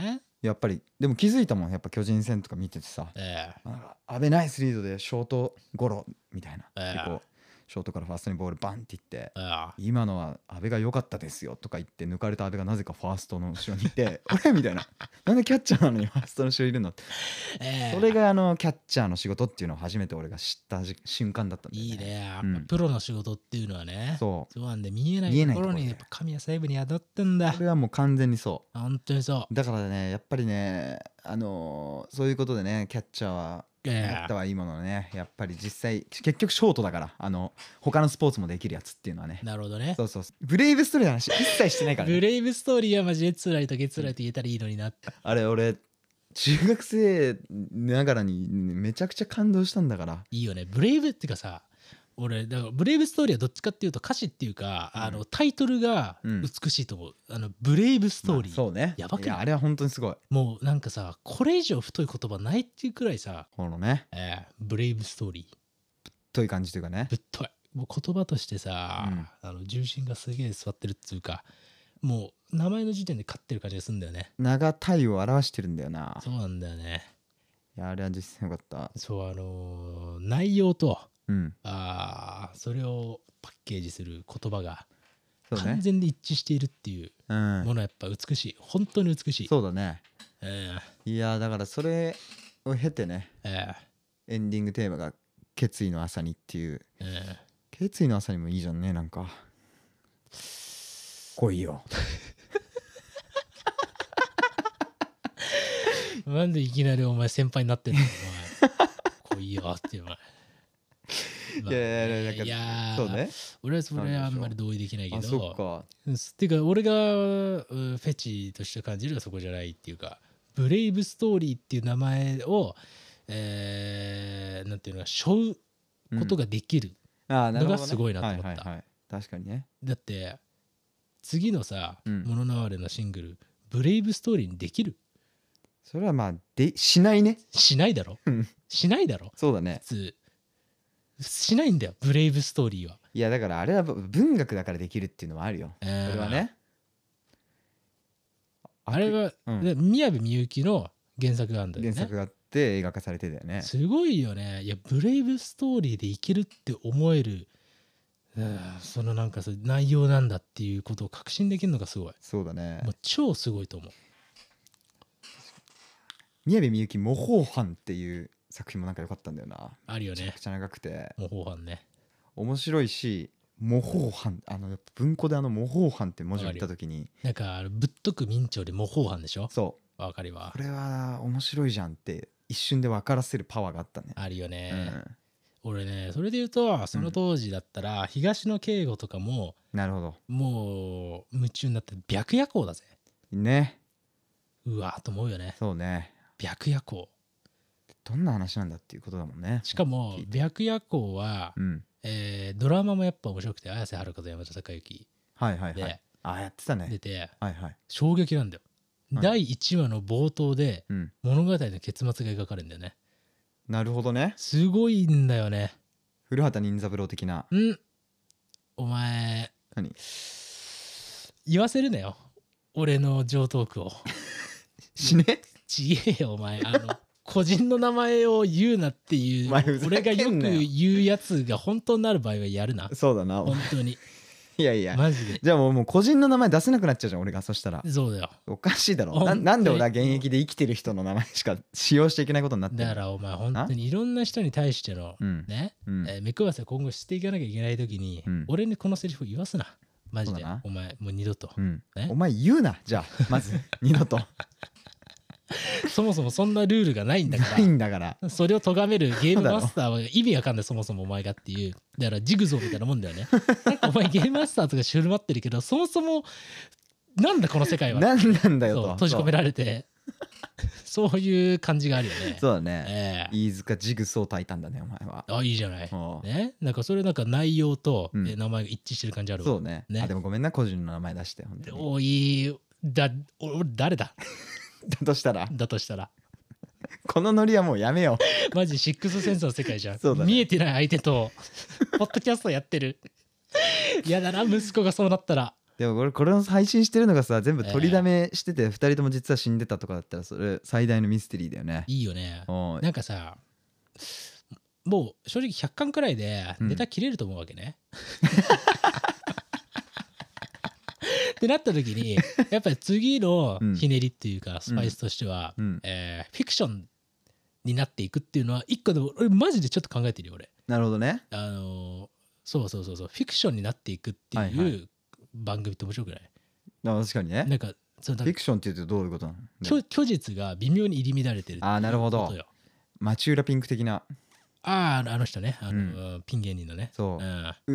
Speaker 3: やっぱりでも気づいたもん、やっぱ巨人戦とか見ててさ、安倍ナイスリードでショートゴロみたいな、結構ショートからファーストにボールバンっていって、今のは安倍が良かったですよとか言って抜かれた安倍がなぜかファーストの後ろにいてあれみたいな、なんでキャッチャーなのにファーストの後ろいるのって、それがキャッチャーの仕事っていうのを初めて俺が知った瞬間だったんだよね。
Speaker 2: いいね、やっぱプロの仕事っていうのはね、そうなんで見えないところにやっぱ神は細部に宿ってんだ。
Speaker 3: これはもう完全にそう、
Speaker 2: 本当にそう。
Speaker 3: だからね、やっぱりね、そういうことでね、キャッチャーはやったはいいものね、やっぱり実際結局ショートだから、他のスポーツもできるやつっていうのはね。
Speaker 2: なるほどね。
Speaker 3: そうそう、ブレイブストーリーの話一切してないからね。
Speaker 2: ブレイブストーリーはマジで辛いとゲッツライと言えたらいいのになって。
Speaker 3: あれ俺中学生ながらにめちゃくちゃ感動したんだから。
Speaker 2: いいよね、ブレイブっていうかさ、俺だからブレイブストーリーはどっちかっていうと歌詞っていうか、タイトルが美しいと思う。ブレイブストーリー、
Speaker 3: そうね、
Speaker 2: やばくない？
Speaker 3: いやあれは本当にすごい。
Speaker 2: もうなんかさ、これ以上太い言葉ないっていうくらいさ、
Speaker 3: このね、
Speaker 2: ブレイブストーリー、
Speaker 3: ぶっとい感じというかね、
Speaker 2: ぶっとい、もう言葉としてさ、重心がすげえ座ってるっていうか、もう名前の時点で勝ってる感じがするんだよね。
Speaker 3: 長体を表してるんだよな。
Speaker 2: そうなんだよね。
Speaker 3: いやあれは実際よかった。
Speaker 2: そう、内容と、それをパッケージする言葉が完全に一致しているっていうものはやっぱ美しい、本当に美しい。
Speaker 3: そうだね、いやだからそれを経てね、エンディングテーマが決意の朝にっていう、決意の朝にもいいじゃんね、なんか来いよ
Speaker 2: なんでいきなりお前先輩になってんのお前来いよってお前
Speaker 3: いやそうね、
Speaker 2: 俺はそれはあんまり同意できないけど、
Speaker 3: そっか、
Speaker 2: っていうか俺がフェチとして感じるのはそこじゃないっていうか、ブレイブストーリーっていう名前をなんていうのか、背負うことができるのがすごいなと思った。
Speaker 3: 確かにね。
Speaker 2: だって次のさ、モノナワレのシングルブレイブストーリーにできる？
Speaker 3: それはまあしないね。
Speaker 2: しないだろしないだろ。
Speaker 3: そうだね、
Speaker 2: 普通しないんだよ、ブレイブストーリーは。
Speaker 3: いやだからあれは文学だからできるっていうのはあるよ、それはね。
Speaker 2: あれは、宮部みゆきの原作があるんだよね。
Speaker 3: 原作があって映画化されてたよね。
Speaker 2: すごいよね。いやブレイブストーリーでいけるって思える、そのなんか内容なんだっていうことを確信できるのがすごい。
Speaker 3: そうだね、
Speaker 2: もう超すごいと思う。
Speaker 3: 宮部みゆき模倣犯っていう作品もなんか良かったんだよな。
Speaker 2: あるよね。
Speaker 3: めちゃくちゃ長くて
Speaker 2: 模倣犯ね、
Speaker 3: 面白いし、模倣犯、やっぱ文庫で模倣犯って文字を見た時に
Speaker 2: なんかぶっとく明朝で模倣犯でしょ。
Speaker 3: そう、
Speaker 2: わかるわ。
Speaker 3: これは面白いじゃんって一瞬で分からせるパワーがあったね。
Speaker 2: あるよね、俺ね、それで言うとその当時だったら、東野圭吾とかも
Speaker 3: なるほど、
Speaker 2: もう夢中になって白夜行だぜ
Speaker 3: ね。
Speaker 2: うわーと思うよね。
Speaker 3: そうね、
Speaker 2: 白夜行
Speaker 3: どんな話なんだっていうことだもんね。
Speaker 2: しかも白夜行は、ドラマもやっぱ面白くて、綾瀬はるかと山田孝之で
Speaker 3: やってたね。
Speaker 2: 出て、衝撃なんだよ。第1話の冒頭で物語の結末が描かれるんだよね。
Speaker 3: なるほどね。
Speaker 2: すごいんだよね。
Speaker 3: 古畑任三郎的な。
Speaker 2: お前
Speaker 3: 何
Speaker 2: 言わせるなよ、俺の上トークを
Speaker 3: 死ね。
Speaker 2: ちげえよお前、個人の名前を言うなっていう俺がよく言うやつが本当になる場合はやるな。
Speaker 3: そうだな
Speaker 2: 本当に
Speaker 3: いやいや
Speaker 2: マジで。
Speaker 3: じゃあもう個人の名前出せなくなっちゃうじゃん俺が。そしたら
Speaker 2: そうだよ、
Speaker 3: おかしいだろ。なんで俺は現役で生きてる人の名前しか使用しちゃいけないことになってる。
Speaker 2: だからお前本当にいろんな人に対してのね、目配せを今後していかなきゃいけない時に、俺にこのセリフ言わすなマジで。お前もう二度と、
Speaker 3: お前言うなじゃあまず二度と
Speaker 2: そもそもそんなルールがないんだから。
Speaker 3: ないんだから。
Speaker 2: それを咎めるゲームマスターは意味わかんない、そもそもお前がっていう。だからジグゾーみたいなもんだよね。なんかお前ゲームマスターとか振る舞ってるけど、そもそもなんだこの世界は。
Speaker 3: 何なんだよと。
Speaker 2: 閉じ込められて。そういう感じがあるよね。
Speaker 3: そうだね。飯塚ジグソー炊いたんだねお前は。
Speaker 2: あ、いいじゃない。ね、なんかそれなんか内容と名前が一致してる感じあるわ。
Speaker 3: そうね。でもごめんな、個人の名前出して本当に。
Speaker 2: おい俺誰だ。
Speaker 3: だとしたらこのノリはもうやめよ
Speaker 2: う。マジシックスセンスの世界じゃん。
Speaker 3: そうだね、
Speaker 2: 見えてない相手とポッドキャストやってる。やだな息子がそうなったら。
Speaker 3: でもこれの配信してるのがさ全部取りだめしてて2人とも実は死んでたとかだったらそれ最大のミステリーだよね。
Speaker 2: いいよね。なんかさもう正直100巻くらいでネタ切れると思うわけね。ってなった時にやっぱり次のひねりっていうかスパイスとしては、フィクションになっていくっていうのは一個でも俺マジでちょっと考えてるよ俺。
Speaker 3: なるほどね。
Speaker 2: そうフィクションになっていくっていう番組って面白くない？
Speaker 3: 確かにね。
Speaker 2: なんか
Speaker 3: フィクションって言うとどういうことな
Speaker 2: の？虚実が微妙に入り乱れてるっていうことよ。
Speaker 3: なるほど。町浦ピンク的な。
Speaker 2: あの人ね、ピン芸人のね。
Speaker 3: そう。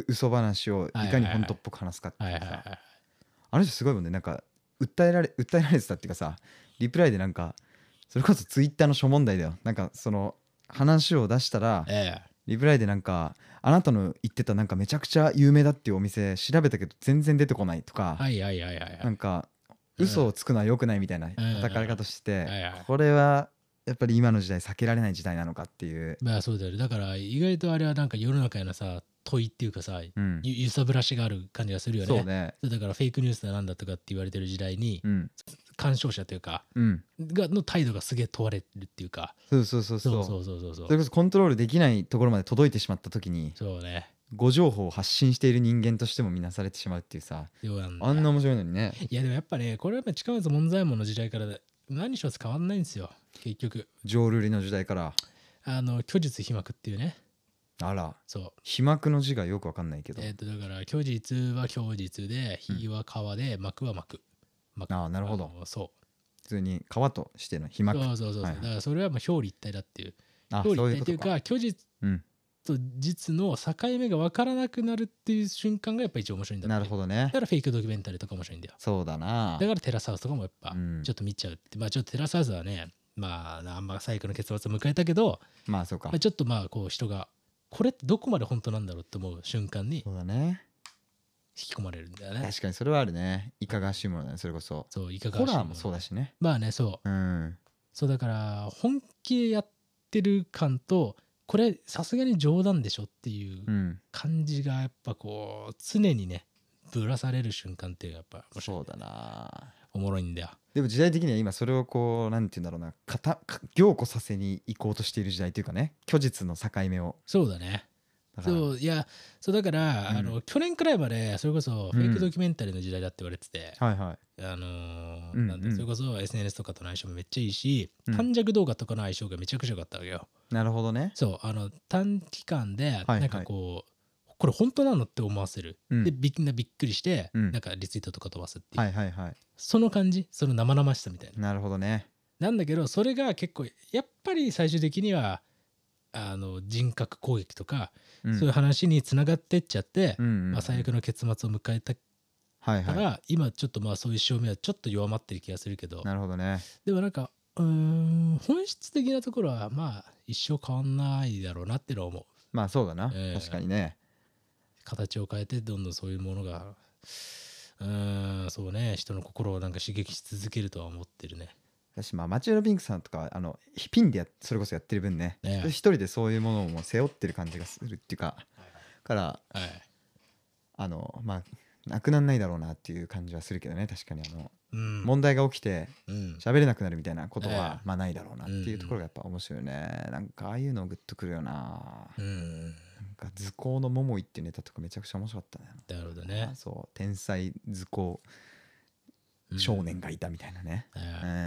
Speaker 3: 嘘話をいかに本当っぽく話すかっていうさ。あの人すごいもんね。なんか訴えられてたっていうかさ、リプライでなんかそれこそツイッターの諸問題だよ。なんかその話を出したら、リプライでなんかあなたの言ってたなんかめちゃくちゃ有名だっていうお店調べたけど全然出てこないとか、なんか嘘をつくのは良くないみたいな叩かれ方して、これはやっぱり今の時代避けられない時代なのかっていう。
Speaker 2: まあそうだよね。だから意外とあれはなんか世の中へのさ問いっていうかさ、揺さぶらしがある感じがするよね。
Speaker 3: そうね。
Speaker 2: だからフェイクニュースだなんだとかって言われてる時代に、鑑賞者というか、の態度がすげえ問われるっていうか。
Speaker 3: そうそれこそコントロールできないところまで届いてしまった時に、
Speaker 2: そうね。
Speaker 3: 誤情報を発信している人間としても見なされてしまうっていうさ、あんな面白いのにね。
Speaker 2: いやでもやっぱね、これはやっぱ近松門左衛門の時代から何一つ変わんないんですよ結局。
Speaker 3: 浄瑠璃の時代から
Speaker 2: 虚実飛膜っていうね。
Speaker 3: あら、
Speaker 2: そう
Speaker 3: 飛膜の字がよくわかんないけど、
Speaker 2: だから虚実は虚実で、飛は川で、膜は膜。
Speaker 3: なるほど。
Speaker 2: そう
Speaker 3: 普通に川としての飛膜。
Speaker 2: そう、だからそれはもう表裏一体だっていう。
Speaker 3: 表裏一
Speaker 2: 体っていうか虚実と実の境目が分からなくなるっていう瞬間がやっぱ一番面白いんだって。
Speaker 3: なるほどね。
Speaker 2: だからフェイクドキュメンタリーとか面白いんだよ。
Speaker 3: そうだな。
Speaker 2: だからテラスハウスとかもやっぱちょっと見ちゃうって、まあちょっとテラスハウスはね、まああんま最後の結末を迎えたけど、
Speaker 3: まあそうか、
Speaker 2: ちょっとまあこう人がこれってどこまで本当なんだろうって思う瞬間に
Speaker 3: そうだね
Speaker 2: 引き込まれるんだよね。
Speaker 3: 確かにそれはあるね。いかがわしいものだね。それこそ
Speaker 2: そういかがわしいもの。
Speaker 3: ホラーもそうだしね。
Speaker 2: まあねそうそうだから本気でやってる感とこれさすがに冗談でしょっていう感じがやっぱこう常にねぶらされる瞬間っていうのがやっぱ面白い、ね、
Speaker 3: そうだな。
Speaker 2: おもろいんだよ。
Speaker 3: でも時代的には今それをこうなんて言うんだろうな、凝固させに行こうとしている時代というかね、虚実の境目を。
Speaker 2: そうだね。そういやそうだから、去年くらいまでそれこそフェイクドキュメンタリーの時代だって言われてて、なんでそれこそ SNS とかとの相性もめっちゃいいし、短尺動画とかの相性がめちゃくちゃ良かったわけよ。
Speaker 3: なるほどね。
Speaker 2: そう短期間でなんかこう、これ本当なのって思わせる、でびっくりして、なんかリツイートとか飛ばすっていう、その感じ、その生々しさみたいな。
Speaker 3: なるほどね。
Speaker 2: なんだけどそれが結構やっぱり最終的には人格攻撃とか、そういう話につながってっちゃって、最悪の結末を迎えたから、今ちょっとまあそういう証明はちょっと弱まってる気がするけど。
Speaker 3: なるほどね。
Speaker 2: でもなんか本質的なところはまあ一生変わんないだろうなってのは思う。
Speaker 3: まあそうだな、確かにね。
Speaker 2: 形を変えてどんどんそういうものがそうね、人の心をなんか刺激し続けるとは思ってるね。
Speaker 3: 私町浦ピンクさんとかピンでそれこそやってる分ね、一人でそういうものをもう背負ってる感じがするっていうか、から、まあなくなんないだろうなっていう感じはするけどね。確かに問題が起きて喋れなくなるみたいなことはまあないだろうなっていうところがやっぱ面白いよね。なんかああいうのグッとくるよな。なんか図工の桃井っていうネタとかめちゃくちゃ面白かったね。
Speaker 2: なるほどね。
Speaker 3: そう天才図工少年がいたみたいなね。や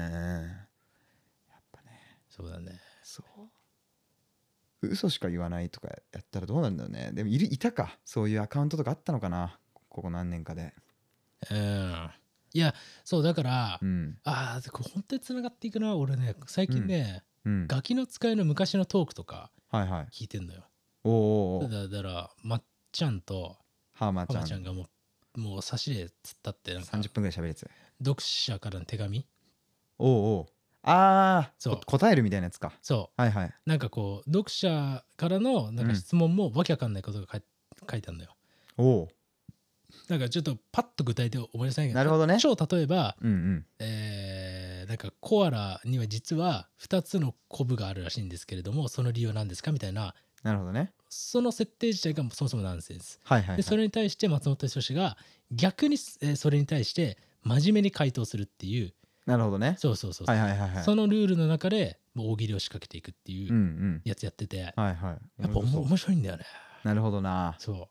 Speaker 3: っぱね。
Speaker 2: そうだね。
Speaker 3: そう嘘しか言わないとかやったらどうなんだろうね。でもいたか、そういうアカウントとかあったのかな、ここ何年かで。
Speaker 2: いやそうだから、これ本当につながっていくな。俺ね最近ね、ガキの使いの昔のトークとか聞いてんのよ。だからまっちゃんと
Speaker 3: ハマちゃ
Speaker 2: んがもう差しでつったってなんか
Speaker 3: 30分ぐらい喋るやつ。
Speaker 2: 読者からの手紙。
Speaker 3: そう答えるみたいなやつか。
Speaker 2: そうなんかこう読者からのなんか質問もわけわかんないことが書いてあるんだよ。なんかちょっとパッと具体的に思い出せないけど、
Speaker 3: なるほどね。
Speaker 2: 例えば、なんなんかコアラには実は2つのコブがあるらしいんですけれども、その理由は何ですかみたいな、
Speaker 3: なるほどね。
Speaker 2: その設定自体がそもそもナンセンス。
Speaker 3: はいはい、はい、
Speaker 2: でそれに対して松本人志が逆に、それに対して真面目に回答するっていう。
Speaker 3: なるほどね。
Speaker 2: そうそうそう、
Speaker 3: はいはいはいはい、
Speaker 2: そのルールの中でもう大喜利を仕掛けていくっていうやつやってて、
Speaker 3: はいはい、
Speaker 2: やっぱ面白いんだよね。
Speaker 3: なるほどな。
Speaker 2: そう。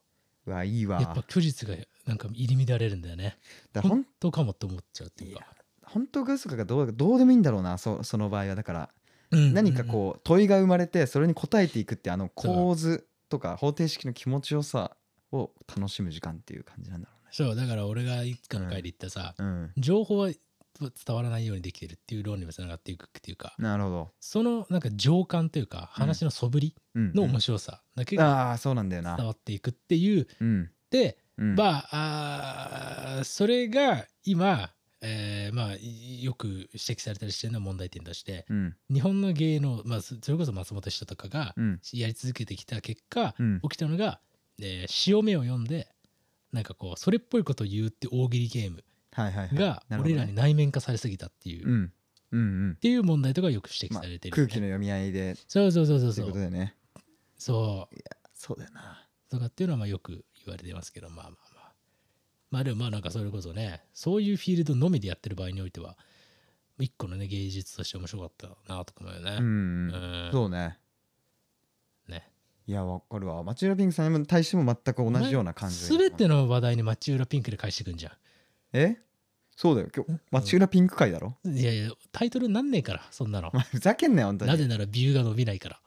Speaker 3: うわいいわ。
Speaker 2: やっぱ虚実がなんか入り乱れるんだよね。本当かもって思っちゃうっていうか。
Speaker 3: 本当か嘘かがどうでもいいんだろうな、その場合は。だから、何かこう問いが生まれてそれに答えていくって、構図とか方程式の気持ちよさを楽しむ時間っていう感じなんだろうね。
Speaker 2: そうだから俺がいつかの回で言ったさ、情報は伝わらないようにできてるっていう論にもつながっていくっていうか。なるほど。そのなんか情感というか話の素振りの面白さだけが伝わっていくっていう。で、まあそれが今まあよく指摘されたりしてるのは問題点として、日本の芸能、まあ、それこそ松本人志とかがやり続けてきた結果、起きたのが、潮目を読んでなんかこうそれっぽいことを言うって大喜利ゲームが俺らに内面化されすぎたっていう、っていう問題とかよく指摘されてる、
Speaker 3: 空気の読み合いで
Speaker 2: そうそう
Speaker 3: いうことだよね。
Speaker 2: そう
Speaker 3: いやそうだよな
Speaker 2: とかっていうのはまあよく言われてますけど、まあでもまあなんかそれこそね、そういうフィールドのみでやってる場合においては一個のね芸術として面白かったなとか思うよね。
Speaker 3: そうね。いやわかるわ。町浦ピンクさんに対しても全く同じような感じ。
Speaker 2: すべての話題に町浦ピンクで返してくんじゃん。
Speaker 3: そうだよ、今日町浦ピンク会だろ。
Speaker 2: いやいやタイトルなんねえからそんなの。
Speaker 3: ふざけんなよ本当に。
Speaker 2: なぜならビューが伸びないから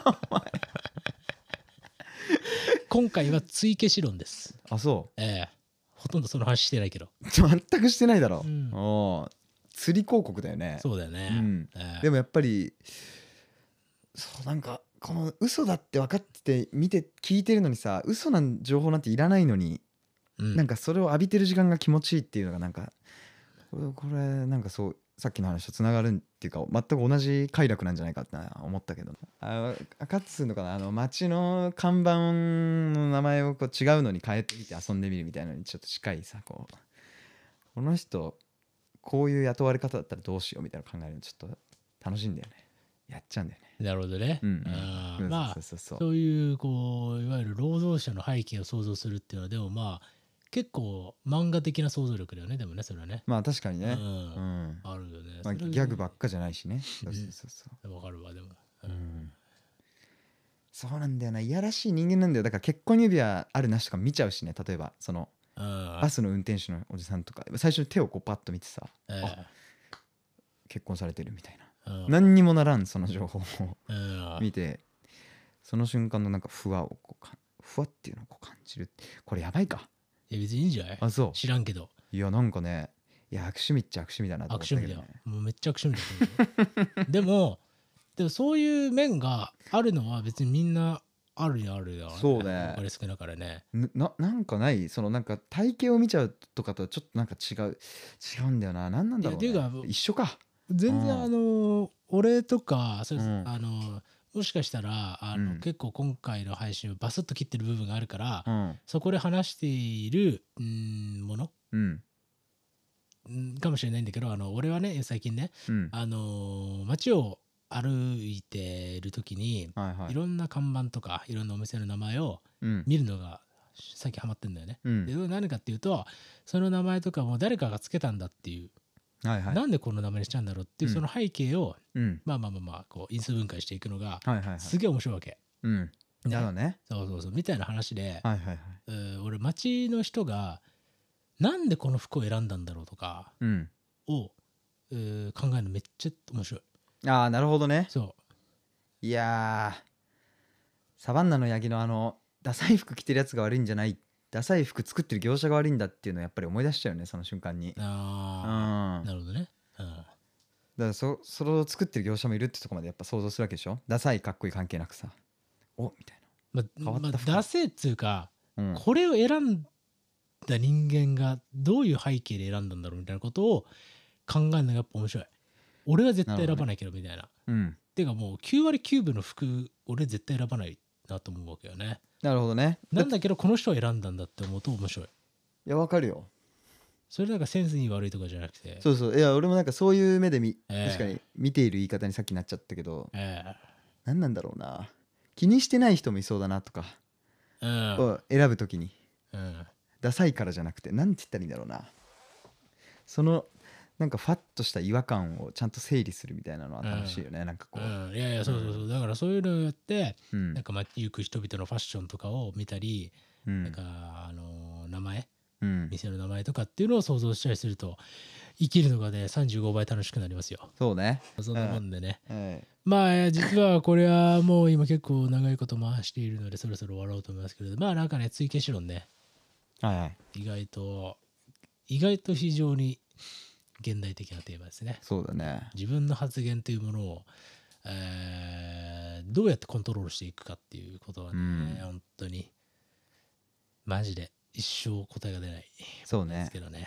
Speaker 2: 今回は追消し論です。
Speaker 3: あ、そう。
Speaker 2: ほとんどその話してないけど。
Speaker 3: 全くしてないだろ。釣り広告だよね。
Speaker 2: そうだよね。
Speaker 3: でもやっぱりそうなんかこの嘘だって分かってて見て聞いてるのにさ、嘘なん情報なんていらないのに、なんかそれを浴びてる時間が気持ちいいっていうのがなんかこれなんかそうさっきの話とつながるっていうか全く同じ快楽なんじゃないかって思ったけど、分かってするのかな、街の看板の名前をこう違うのに変えてみて遊んでみるみたいなのにちょっと近いさ、この人こういう雇われ方だったらどうしようみたいなの考えるのちょっと楽しいんだよね。やっちゃうんだよね。
Speaker 2: なるほどね。まあそういうこういわゆる労働者の背景を想像するっていうのはでもまあ結構漫画的な想像力だよね。でもねそれはね。
Speaker 3: まあ確かにね。
Speaker 2: あるよね。
Speaker 3: まあギャグばっかじゃないしね。
Speaker 2: わかるわでも。
Speaker 3: そうなんだよな。いやらしい人間なんだよ。だから結婚指輪あるなしとか見ちゃうしね。例えばそのバスの運転手のおじさんとか最初に手をこうパッと見てさ、結婚されてるみたいな。何にもならんその情報を見て、その瞬間のなんかふわっていうのをこう感じる。これやばいか。
Speaker 2: いや別にいいんじゃない。あ、そう知らんけど。
Speaker 3: いやなんかね、いや悪趣味っちゃ悪趣味だなと思ったけどね。悪趣味だよ。
Speaker 2: もうめっちゃ悪趣味だでもそういう面があるのは別にみんなあるよね。
Speaker 3: そうね。
Speaker 2: 分かり少なからね。
Speaker 3: なんかないそのなんか体型を見ちゃうとかとちょっとなんか違うんだよな。何なんだろうね。一緒か。
Speaker 2: 全然俺とかもしかしたら結構今回の配信をバスッと切ってる部分があるから、そこで話しているものかもしれないんだけど、俺はね最近ね街を歩いてる時にいろんな看板とかいろんなお店の名前を見るのが最近ハマってんだよね。で何かっていうとその名前とかも誰かがつけたんだっていう。なんでこの名前にしちゃうんだろうっていうその背景をまあこう因数分解していくのがすげえ面白いわけ。
Speaker 3: なるほどね。
Speaker 2: そうみたいな話で、俺街の人がなんでこの服を選んだんだろうとかを考えるのめっちゃ面白い。
Speaker 3: ああなるほどね。いやサバンナのヤギのダサい服着てるやつが悪いんじゃない、ダサい服作ってる業者が悪いんだっていうのをやっぱり思い出しちゃうよね、その瞬間に。
Speaker 2: なるほどね。
Speaker 3: だからそれを作ってる業者もいるってとこまでやっぱ想像するわけでしょ。ダサいかっこいい関係なくさ、みたいな。
Speaker 2: ダセっつうか、これを選んだ人間がどういう背景で選んだんだろうみたいなことを考えるのがやっぱ面白い。俺は絶対選ばないけどみたいな。ていうかもう9割9分の服俺絶対選ばないなと思うわけよね。
Speaker 3: なるほどね。
Speaker 2: なんだけどこの人を選んだんだって思うと面白い。
Speaker 3: いやわかるよ。
Speaker 2: それなんかセンスに悪いとかじゃなくて、
Speaker 3: そうそう、いや俺もなんかそういう目で確かに見ている言い方にさっきなっちゃったけど、何なんだろうな、気にしてない人もいそうだなとか、を選ぶときに、ダサいからじゃなくて、なんて言ったらいいんだろうな、そのなんかファッとした違和感をちゃんと整理するみたいなのは楽しいよね、なんかこう、
Speaker 2: いやいや、そうそうそう、だからそういうのをやって、なんか行く人々のファッションとかを見たり、なんか名前、店の名前とかっていうのを想像したりすると、生きるのがね35倍楽しくなりますよ。
Speaker 3: そうね、
Speaker 2: そんなもんでね、まあ実はこれはもう今結構長いこと回しているのでそろそろ終わろうと思いますけれど、まあなんかね、追消し論ね、意外と非常に現代的なテーマですね。
Speaker 3: そうだね。
Speaker 2: 自分の発言というものを、どうやってコントロールしていくかっていうことはね、本当にマジで一生答えが出ないですけどね。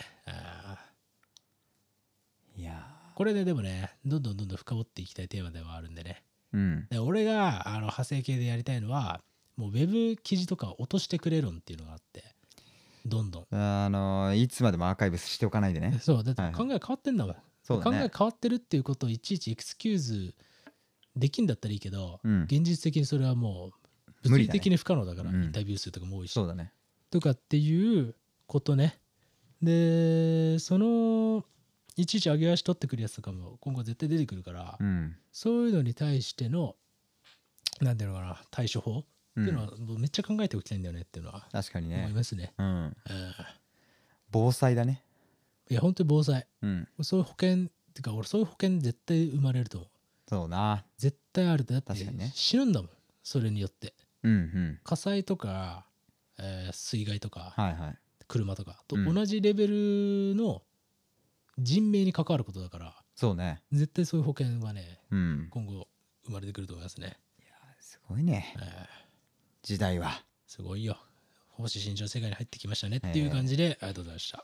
Speaker 2: いやこれでもね、どんどん深掘っていきたいテーマではあるんでね。で俺が派生系でやりたいのは、もうウェブ記事とか落としてくれ論っていうのがあって、どんどん
Speaker 3: いつまでもアーカイブしておかないでね。
Speaker 2: そうだって考え変わってんだもん。考え変わってるっていうことをいちいちエクスキューズできんだったらいいけど、現実的にそれはもう物理的に不可能だから、インタビュー数とかも多いし、
Speaker 3: そうだね、
Speaker 2: とかっていうことね。でそのいちいち上げ足取ってくるやつとかも今後絶対出てくるから、そういうのに対してのなんていうのかな、対処法っていうのはめっちゃ考えておきたいんだよねっていうのは
Speaker 3: 確かにね
Speaker 2: 思いますね。
Speaker 3: 防災だね。
Speaker 2: いや本当に防災、そういう保険っていうか、俺そういう保険絶対生まれると思う。
Speaker 3: そうな、
Speaker 2: 絶対ある。だって死ぬんだもん、それによって。火災とか、水害とか、車とかと同じレベルの人命に関わることだから、
Speaker 3: そうね、
Speaker 2: 絶対そういう保険はね、今後生まれてくると思いますね。
Speaker 3: いやすごいね、時代は
Speaker 2: すごいよ。星新潮世界に入ってきましたねっていう感じで、ありがとうございました。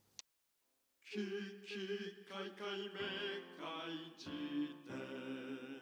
Speaker 1: ききかいかいめかいじ典